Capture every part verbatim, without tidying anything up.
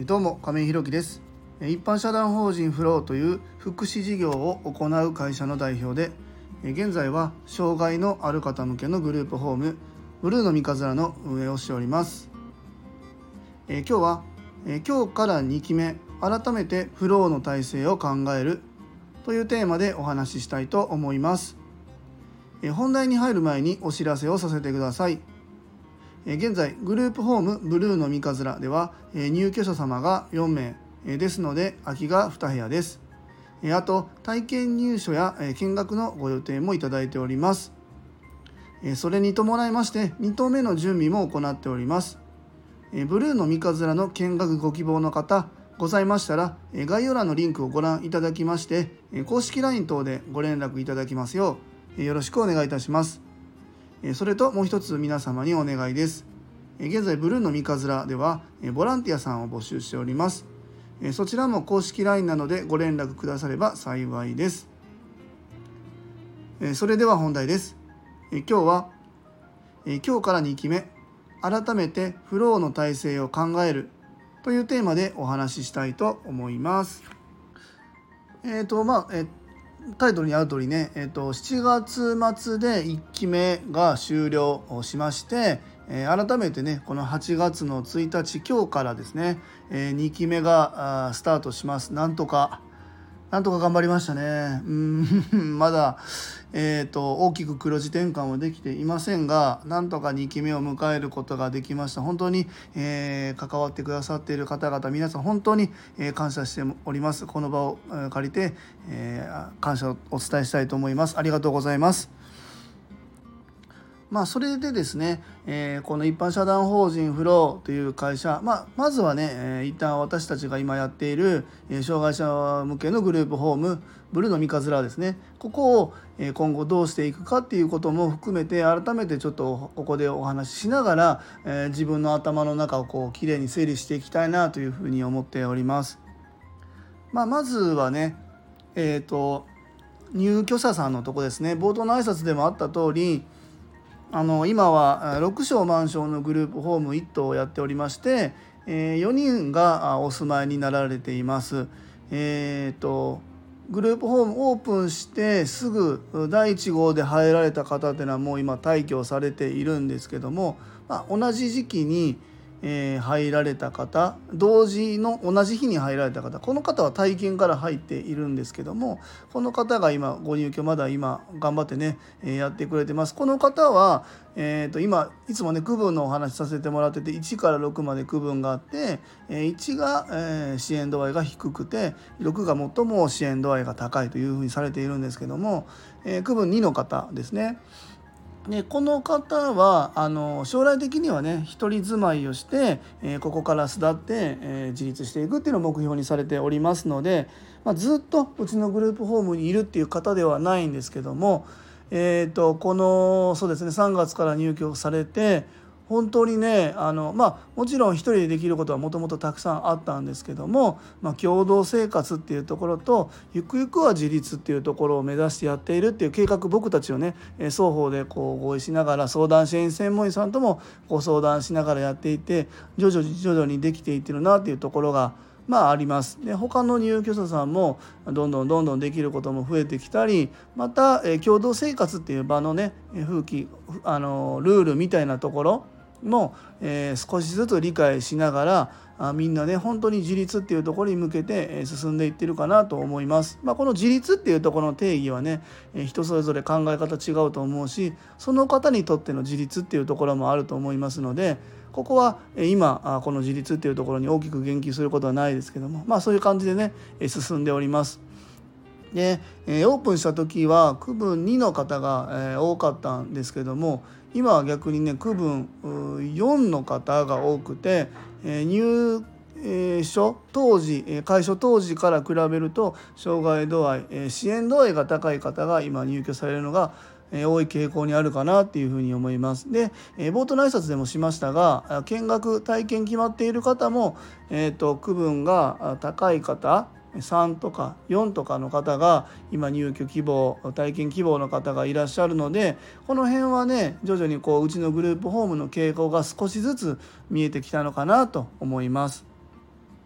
どうも亀井ひろきです。一般社団法人フローという福祉事業を行う会社の代表で、現在は障害のある方向けのグループホームブルーの三日面の運営をしております。今日は今日からにきめ改めてフローの体制を考えるというテーマでお話ししたいと思います。本題に入る前にお知らせをさせてください。現在グループホームブルーの三日面では入居者様がよんめいですので空きがに部屋です。あと体験入所や見学のご予定もいただいております。それに伴いましてに棟目の準備も行っております。ブルーの三日面の見学ご希望の方ございましたら概要欄のリンクをご覧いただきまして公式 ライン 等でご連絡いただきますようよろしくお願いいたします。それともう一つ皆様にお願いです。現在ブルーの三日面ではボランティアさんを募集しております。そちらも公式 ライン なのでご連絡くだされば幸いです。それでは本題です。今日は今日からにきめ改めてフローの体制を考えるというテーマでお話ししたいと思います。えっ、ー、とまあえタイトルにある通りね、えー、としちがつ末でいっきめが終了しまして、えー、改めてねこのはちがつのついたち今日からですね、えー、にきめがスタートします。なんとかなんとか頑張りましたね。うんまだ、えー、と大きく黒字転換はできていませんが、なんとかにきめを迎えることができました。本当に、えー、関わってくださっている方々皆さん本当に、えー、感謝しております。この場を、えー、借りて、えー、感謝をお伝えしたいと思います。ありがとうございます。まあ、それでですね、えー、この一般社団法人フローという会社、まあ、まずはね、えー、一旦私たちが今やっている、えー、障害者向けのグループホームブルーの三日面ですね、ここを、えー、今後どうしていくかっていうことも含めて改めてちょっとここでお話ししながら、えー、自分の頭の中をこうきれいに整理していきたいなというふうに思っております。まあ、まずはね、えーと、入居者さんのとこですね。冒頭の挨拶でもあった通り、あの今はろくしょうマンションのグループホームいっ棟をやっておりまして、えー、よにんがお住まいになられています。えーとグループホームオープンしてすぐだいいち号で入られた方っていうのはもう今退去されているんですけども、まあ、同じ時期にえー、入られた方、同時の同じ日に入られた方、この方は体験から入っているんですけども、この方が今ご入居まだ今頑張ってね、えー、やってくれてます。この方は、えー、と今いつもね区分のお話しさせてもらってていちからろくまで区分があって、えー、いちが、えー、支援度合いが低くてろくが最も支援度合いが高いというふうにされているんですけども、えー、区分にの方ですね。でこの方はあの将来的にはね一人住まいをして、えー、ここから巣立って、えー、自立していくっていうのを目標にされておりますので、まあ、ずっとうちのグループホームにいるっていう方ではないんですけども、えー、とこのそうですねさんがつから入居されて本当にねあの、まあ、もちろん一人でできることはもともとたくさんあったんですけども、まあ、共同生活っていうところとゆくゆくは自立っていうところを目指してやっているっていう計画、僕たちをね双方でこう合意しながら相談支援専門医さんともご相談しながらやっていて徐々に徐々にできていってるなっていうところがまああります。で他の入居者さんもどんどんどんどんできることも増えてきたり、また、えー、共同生活っていう場のね風紀あのルールみたいなところも、えー、少しずつ理解しながらあみんなね本当に自立っていうところに向けて、えー、進んでいってるかなと思います。まあ、この自立っていうところの定義はね、えー、人それぞれ考え方違うと思うし、その方にとっての自立っていうところもあると思いますので、ここは今この自立っていうところに大きく言及することはないですけども、まあそういう感じでね進んでおります。でオープンした時は区分にの方が多かったんですけども、今は逆にね区分よんの方が多くて、入所当時開所当時から比べると障害度合い支援度合いが高い方が今入居されるのが多い傾向にあるかなっていうふうに思います。で冒頭の挨拶でもしましたが見学体験決まっている方も、えーと、区分が高い方さんとかよんとかの方が今入居希望体験希望の方がいらっしゃるので、この辺はね徐々にこううちのグループホームの傾向が少しずつ見えてきたのかなと思います。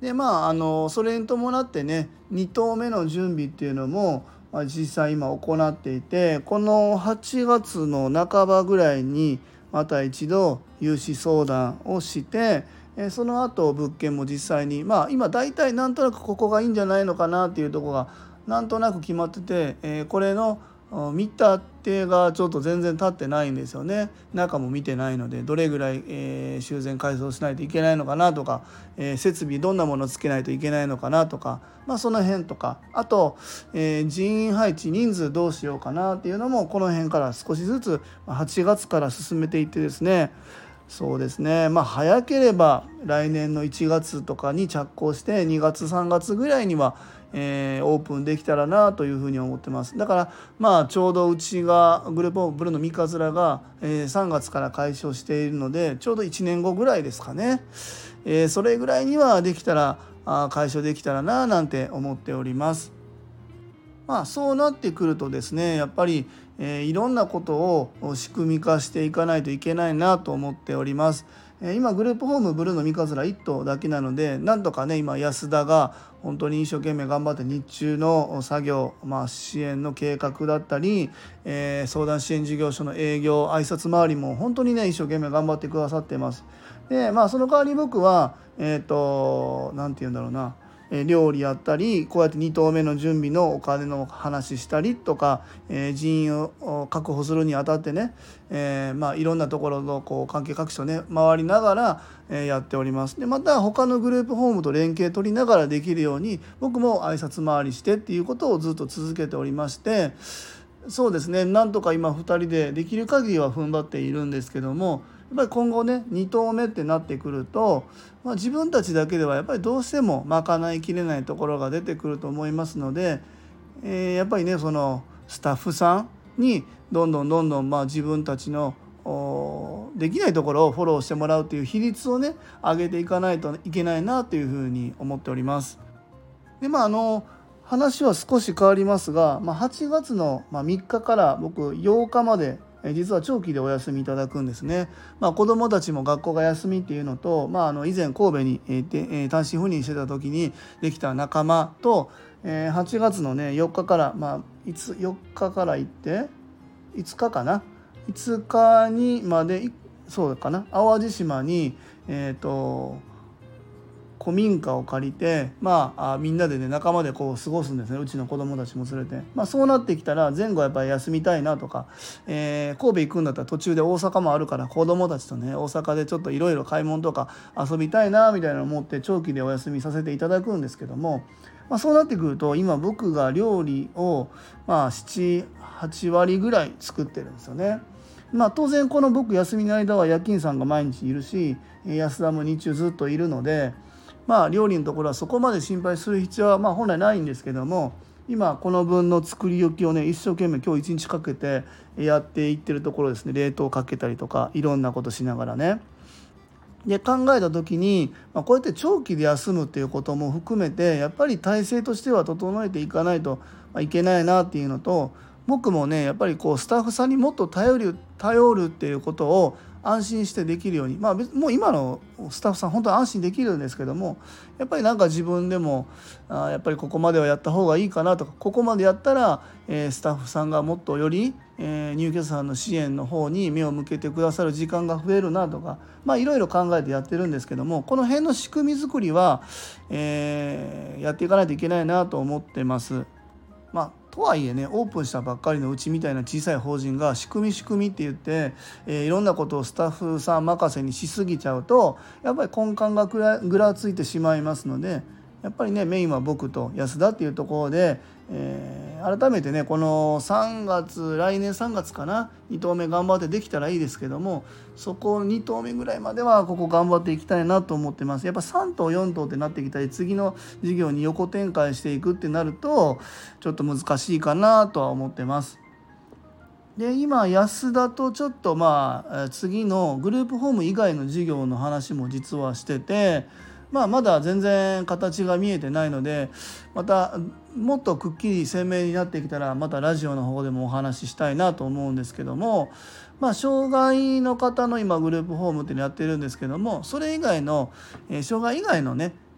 でまああのそれに伴ってねに棟目の準備っていうのも、まあ、実際今行っていて、このはちがつの半ばぐらいにまた一度融資相談をして、えその後物件も実際にまあ今大体なんとなくここがいいんじゃないのかなっていうところがなんとなく決まってて、えー、これの見た手がちょっと全然立ってないんですよね。中も見てないので、どれぐらい、えー、修繕改装しないといけないのかなとか、えー、設備どんなものをつけないといけないのかなとか、まあ、その辺とか、あと、えー、人員配置人数どうしようかなっていうのもこの辺から少しずつはちがつから進めていってですね、そうですね、まあ早ければ来年のいちがつとかに着工してにがつさんがつぐらいには、えー、オープンできたらなというふうに思ってます。だからまあちょうどうちがグループオブブルーの三日面が、えー、さんがつから開所しているので、ちょうどいちねんごぐらいですかね、えー、それぐらいにはできたらあ開所できたらななんて思っております。まあ、そうなってくるとですね、やっぱり、えー、いろんなことを仕組み化していかないといけないなと思っております。えー、今グループホームブルーの三日面いっ棟だけなので、なんとかね今安田が本当に一生懸命頑張って日中の作業、まあ、支援の計画だったり、えー、相談支援事業所の営業挨拶回りも本当にね一生懸命頑張ってくださっています。でまあその代わり僕はえっとなんて言うんだろうな、料理やったりこうやってに棟目の準備のお金の話したりとか、えー、人員を確保するにあたってね、えーまあ、いろんなところのこう関係各所ね回りながら、えー、やっております。でまた他のグループホームと連携取りながらできるように僕も挨拶回りしてっていうことをずっと続けておりまして、そうですね、なんとか今ふたりでできる限りは踏ん張っているんですけども、やっぱり今後ねに棟目ってなってくると、まあ、自分たちだけではやっぱりどうしても賄いきれないところが出てくると思いますので、えー、やっぱりねそのスタッフさんにどんどんどんどんまあ自分たちのできないところをフォローしてもらうという比率をね上げていかないといけないなというふうに思っております。でまああの話は少し変わりますが、まあ、はちがつのみっかから僕ようかまで実は長期でお休みいただくんですね。まあ、子どもたちも学校が休みっていうのと、まあ、あの以前神戸に、えー、単身赴任してた時にできた仲間と、えー、はちがつのねよっかから、まあ、いつよっかから行っていつかかないつかにまでそうかな淡路島にえっと古民家を借りて、まあ、みんなでね仲間でこう過ごすんですね、うちの子供たちも連れて。まあ、そうなってきたら前後やっぱり休みたいなとか、えー、神戸行くんだったら途中で大阪もあるから子供たちとね大阪でちょっといろいろ買い物とか遊びたいなみたいなのを思って長期でお休みさせていただくんですけども、まあ、そうなってくると今僕が料理をまあななはちわりぐらい作ってるんですよね。まあ、当然この僕休みの間は夜勤さんが毎日いるし安田も日中ずっといるので、まあ、料理のところはそこまで心配する必要はまあ本来ないんですけども、今この分の作り置きをね一生懸命今日一日かけてやっていってるところですね。冷凍かけたりとかいろんなことしながらね。で考えた時に、まあ、こうやって長期で休むっていうことも含めてやっぱり体制としては整えていかないといけないなっていうのと、僕もねやっぱりこうスタッフさんにもっと頼る頼るっていうことを安心してできるように、まあもう今のスタッフさん本当に安心できるんですけども、やっぱりなんか自分でもあやっぱりここまではやった方がいいかなとか、ここまでやったら、えー、スタッフさんがもっとより、えー、入居者さんの支援の方に目を向けてくださる時間が増えるなとか、まあいろいろ考えてやってるんですけども、この辺の仕組み作りは、えー、やっていかないといけないなと思ってます。まあ、とはいえねオープンしたばっかりのうちみたいな小さい法人が仕組み仕組みって言って、えー、いろんなことをスタッフさん任せにしすぎちゃうとやっぱり根幹がぐらぐらついてしまいますので、やっぱりねメインは僕と安田っていうところで、えー、改めてねこのさんがつ来年さんがつかなに棟目頑張ってできたらいいですけども、そこに棟目ぐらいまではここ頑張っていきたいなと思ってます。やっぱさん棟よん棟ってなってきたり次の事業に横展開していくってなるとちょっと難しいかなとは思ってます。で今安田とちょっとまあ次のグループホーム以外の事業の話も実はしてて、まあ、まだ全然形が見えてないので、またもっとくっきり鮮明になってきたらまたラジオの方でもお話ししたいなと思うんですけども、まあ、障害の方の今グループホームっていうのやってるんですけども、それ以外の、えー、障害以外のね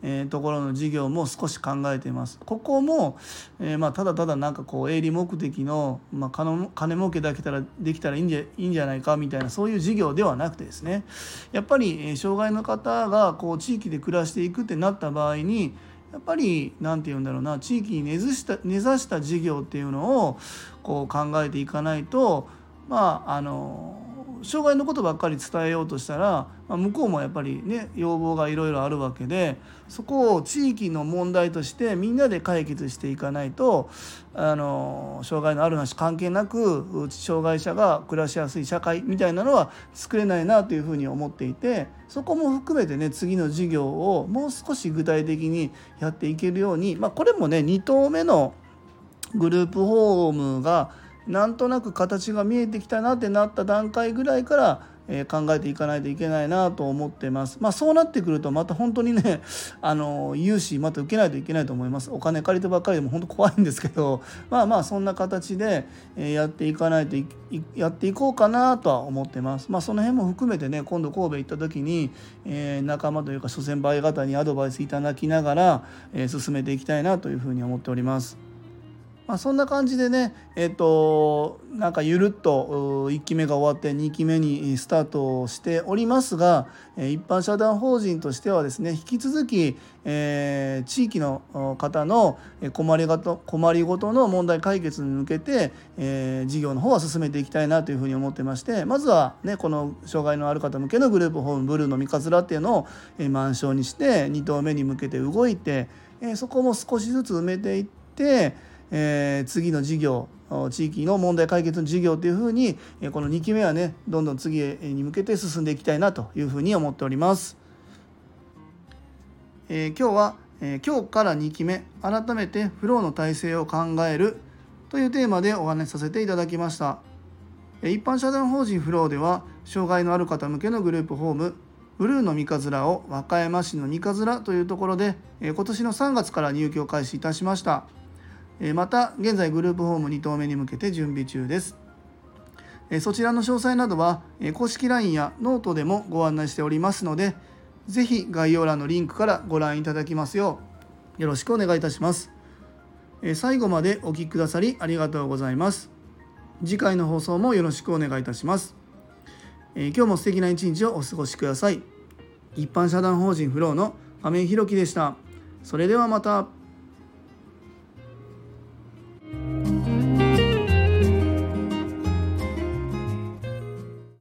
えー、ところの事業も少し考えています。ここも、えーまあ、ただただなんかこう営利目的の、まあ、金金儲けだけたらできたらいいんじゃいいんじゃないかみたいなそういう事業ではなくてですね、やっぱり、えー、障害の方がこう地域で暮らしていくってなった場合にやっぱりなんて言うんだろうな、地域に根ざした根ざした事業っていうのをこう考えていかないと、まああの障害のことばっかり伝えようとしたら、まあ、向こうもやっぱりね要望がいろいろあるわけで、そこを地域の問題としてみんなで解決していかないと、あの障害のあるなし関係なく障害者が暮らしやすい社会みたいなのは作れないなというふうに思っていて、そこも含めてね次の事業をもう少し具体的にやっていけるように、まあ、これもねに棟目のグループホームがなんとなく形が見えてきたなってなった段階ぐらいから、えー、考えていかないといけないなと思ってます。まあそうなってくるとまた本当にねあの融資また受けないといけないと思います。お金借りてばっかりでも本当怖いんですけど、まあまあそんな形で、えー、やっていかないといやっていこうかなとは思ってます。まあその辺も含めてね今度神戸行った時に、えー、仲間というか諸先輩方にアドバイスいただきながら、えー、進めていきたいなというふうに思っております。まあ、そんな感じでね、えーと、なんかゆるっといっきめが終わってにきめにスタートしておりますが、一般社団法人としてはですね引き続き、えー、地域の方の困りごと、困りごとの問題解決に向けて、えー、事業の方は進めていきたいなというふうに思ってまして、まずはねこの障害のある方向けのグループホームブルーのみかずらっていうのを満床にしてに棟目に向けて動いて、そこも少しずつ埋めていって、えー、次の事業地域の問題解決の事業というふうにこのにきめはねどんどん次に向けて進んでいきたいなというふうに思っております。えー、今日は、えー、今日からにきめ改めてフローの体制を考えるというテーマでお話しさせていただきました。一般社団法人フローでは障害のある方向けのグループホームブルーのみかずらを和歌山市のみかずらというところで今年のさんがつから入居を開始いたしました。また現在グループホームに棟目に向けて準備中です。そちらの詳細などは公式 ライン やノートでもご案内しておりますので、ぜひ概要欄のリンクからご覧いただきますようよろしくお願いいたします。最後までお聞きくださりありがとうございます。次回の放送もよろしくお願いいたします。今日も素敵な一日をお過ごしください。一般社団法人フローの亀井宏樹でした。それではまた。